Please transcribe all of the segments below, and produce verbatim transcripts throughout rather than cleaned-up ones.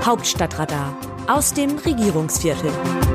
Hauptstadtradar aus dem Regierungsviertel.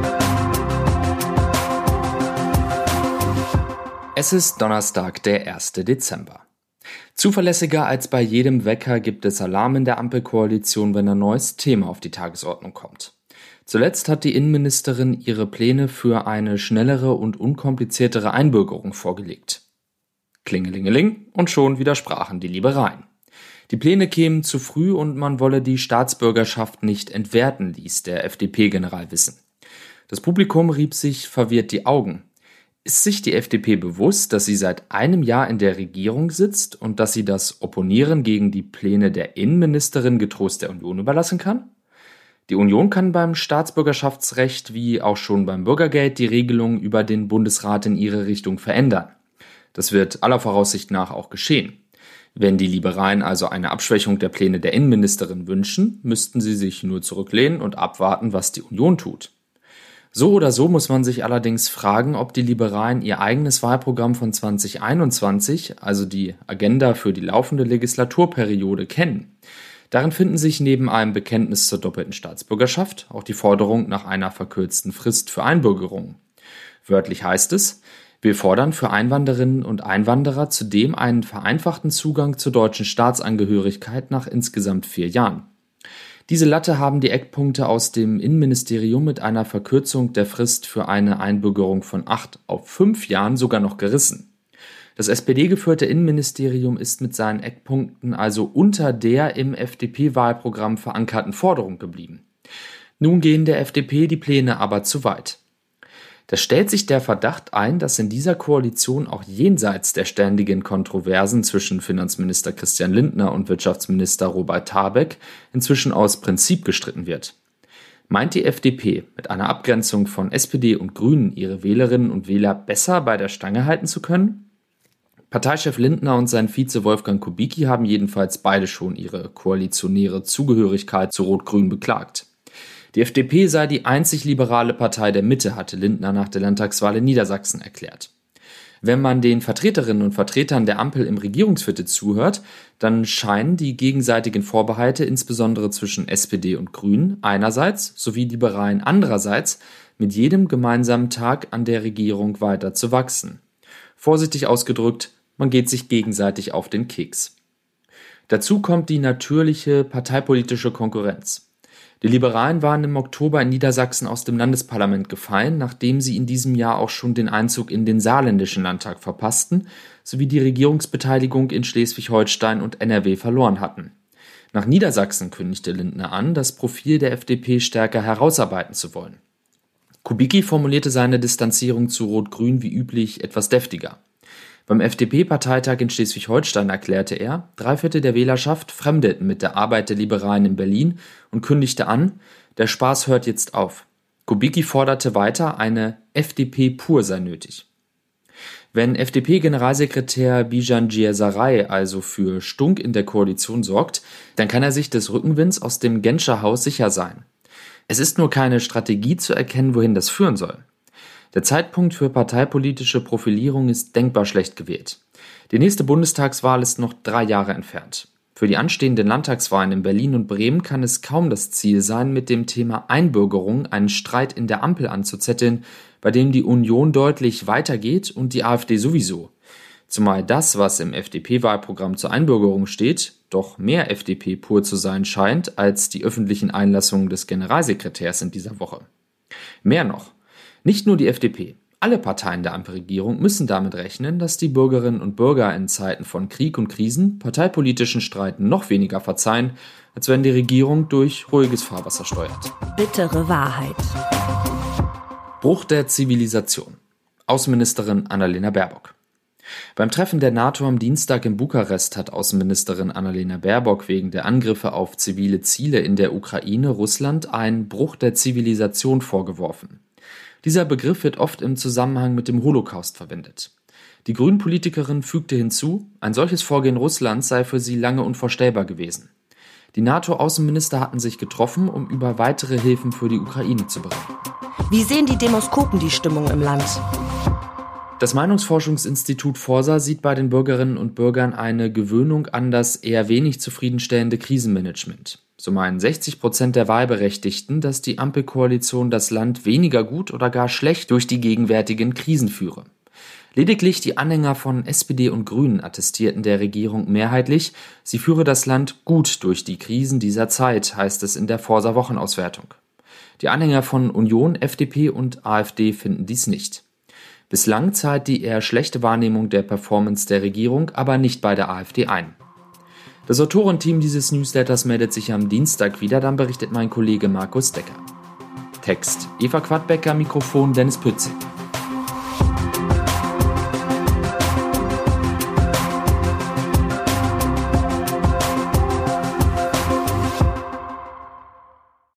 Es ist Donnerstag, der erste Dezember. Zuverlässiger als bei jedem Wecker gibt es Alarm in der Ampelkoalition, wenn ein neues Thema auf die Tagesordnung kommt. Zuletzt hat die Innenministerin ihre Pläne für eine schnellere und unkompliziertere Einbürgerung vorgelegt. Klingelingeling, und schon widersprachen die Liberalen. Die Pläne kämen zu früh und man wolle die Staatsbürgerschaft nicht entwerten, ließ der F D P-General wissen. Das Publikum rieb sich verwirrt die Augen. Ist sich die F D P bewusst, dass sie seit einem Jahr in der Regierung sitzt und dass sie das Opponieren gegen die Pläne der Innenministerin getrost der Union überlassen kann? Die Union kann beim Staatsbürgerschaftsrecht wie auch schon beim Bürgergeld die Regelung über den Bundesrat in ihre Richtung verändern. Das wird aller Voraussicht nach auch geschehen. Wenn die Liberalen also eine Abschwächung der Pläne der Innenministerin wünschen, müssten sie sich nur zurücklehnen und abwarten, was die Union tut. So oder so muss man sich allerdings fragen, ob die Liberalen ihr eigenes Wahlprogramm von zwanzig einundzwanzig, also die Agenda für die laufende Legislaturperiode, kennen. Darin finden sich neben einem Bekenntnis zur doppelten Staatsbürgerschaft auch die Forderung nach einer verkürzten Frist für Einbürgerungen. Wörtlich heißt es: Wir fordern für Einwanderinnen und Einwanderer zudem einen vereinfachten Zugang zur deutschen Staatsangehörigkeit nach insgesamt vier Jahren. Diese Latte haben die Eckpunkte aus dem Innenministerium mit einer Verkürzung der Frist für eine Einbürgerung von acht auf fünf Jahren sogar noch gerissen. Das S P D-geführte Innenministerium ist mit seinen Eckpunkten also unter der im F D P-Wahlprogramm verankerten Forderung geblieben. Nun gehen der F D P die Pläne aber zu weit. Da stellt sich der Verdacht ein, dass in dieser Koalition auch jenseits der ständigen Kontroversen zwischen Finanzminister Christian Lindner und Wirtschaftsminister Robert Habeck inzwischen aus Prinzip gestritten wird. Meint die F D P, mit einer Abgrenzung von S P D und Grünen ihre Wählerinnen und Wähler besser bei der Stange halten zu können? Parteichef Lindner und sein Vize Wolfgang Kubicki haben jedenfalls beide schon ihre koalitionäre Zugehörigkeit zu Rot-Grün beklagt. Die F D P sei die einzig liberale Partei der Mitte, hatte Lindner nach der Landtagswahl in Niedersachsen erklärt. Wenn man den Vertreterinnen und Vertretern der Ampel im Regierungsviertel zuhört, dann scheinen die gegenseitigen Vorbehalte insbesondere zwischen S P D und Grünen einerseits sowie Liberalen andererseits mit jedem gemeinsamen Tag an der Regierung weiter zu wachsen. Vorsichtig ausgedrückt, man geht sich gegenseitig auf den Keks. Dazu kommt die natürliche parteipolitische Konkurrenz. Die Liberalen waren im Oktober in Niedersachsen aus dem Landesparlament gefallen, nachdem sie in diesem Jahr auch schon den Einzug in den saarländischen Landtag verpassten, sowie die Regierungsbeteiligung in Schleswig-Holstein und N R W verloren hatten. Nach Niedersachsen kündigte Lindner an, das Profil der F D P stärker herausarbeiten zu wollen. Kubicki formulierte seine Distanzierung zu Rot-Grün wie üblich etwas deftiger. Beim F D P-Parteitag in Schleswig-Holstein erklärte er, drei Viertel der Wählerschaft fremdelten mit der Arbeit der Liberalen in Berlin und kündigte an, der Spaß hört jetzt auf. Kubicki forderte weiter, eine F D P pur sei nötig. Wenn F D P-Generalsekretär Bijan Djir-Saray also für Stunk in der Koalition sorgt, dann kann er sich des Rückenwinds aus dem Genscher Haus sicher sein. Es ist nur keine Strategie zu erkennen, wohin das führen soll. Der Zeitpunkt für parteipolitische Profilierung ist denkbar schlecht gewählt. Die nächste Bundestagswahl ist noch drei Jahre entfernt. Für die anstehenden Landtagswahlen in Berlin und Bremen kann es kaum das Ziel sein, mit dem Thema Einbürgerung einen Streit in der Ampel anzuzetteln, bei dem die Union deutlich weitergeht und die AfD sowieso. Zumal das, was im F D P-Wahlprogramm zur Einbürgerung steht, doch mehr F D P pur zu sein scheint als die öffentlichen Einlassungen des Generalsekretärs in dieser Woche. Mehr noch. Nicht nur die F D P, alle Parteien der Ampelregierung müssen damit rechnen, dass die Bürgerinnen und Bürger in Zeiten von Krieg und Krisen parteipolitischen Streiten noch weniger verzeihen, als wenn die Regierung durch ruhiges Fahrwasser steuert. Bittere Wahrheit. Bruch der Zivilisation. Außenministerin Annalena Baerbock. Beim Treffen der NATO am Dienstag in Bukarest hat Außenministerin Annalena Baerbock wegen der Angriffe auf zivile Ziele in der Ukraine Russland einen Bruch der Zivilisation vorgeworfen. Dieser Begriff wird oft im Zusammenhang mit dem Holocaust verwendet. Die Grünen-Politikerin fügte hinzu, ein solches Vorgehen Russlands sei für sie lange unvorstellbar gewesen. Die NATO-Außenminister hatten sich getroffen, um über weitere Hilfen für die Ukraine zu beraten. Wie sehen die Demoskopen die Stimmung im Land? Das Meinungsforschungsinstitut Forsa sieht bei den Bürgerinnen und Bürgern eine Gewöhnung an das eher wenig zufriedenstellende Krisenmanagement. So meinen sechzig Prozent der Wahlberechtigten, dass die Ampelkoalition das Land weniger gut oder gar schlecht durch die gegenwärtigen Krisen führe. Lediglich die Anhänger von S P D und Grünen attestierten der Regierung mehrheitlich, sie führe das Land gut durch die Krisen dieser Zeit, heißt es in der Forsa-Wochenauswertung. Die Anhänger von Union, F D P und AfD finden dies nicht. Bislang zahlt die eher schlechte Wahrnehmung der Performance der Regierung aber nicht bei der AfD ein. Das Autorenteam dieses Newsletters meldet sich am Dienstag wieder, dann berichtet mein Kollege Markus Decker. Text Eva Quadbecker, Mikrofon Dennis Pützig.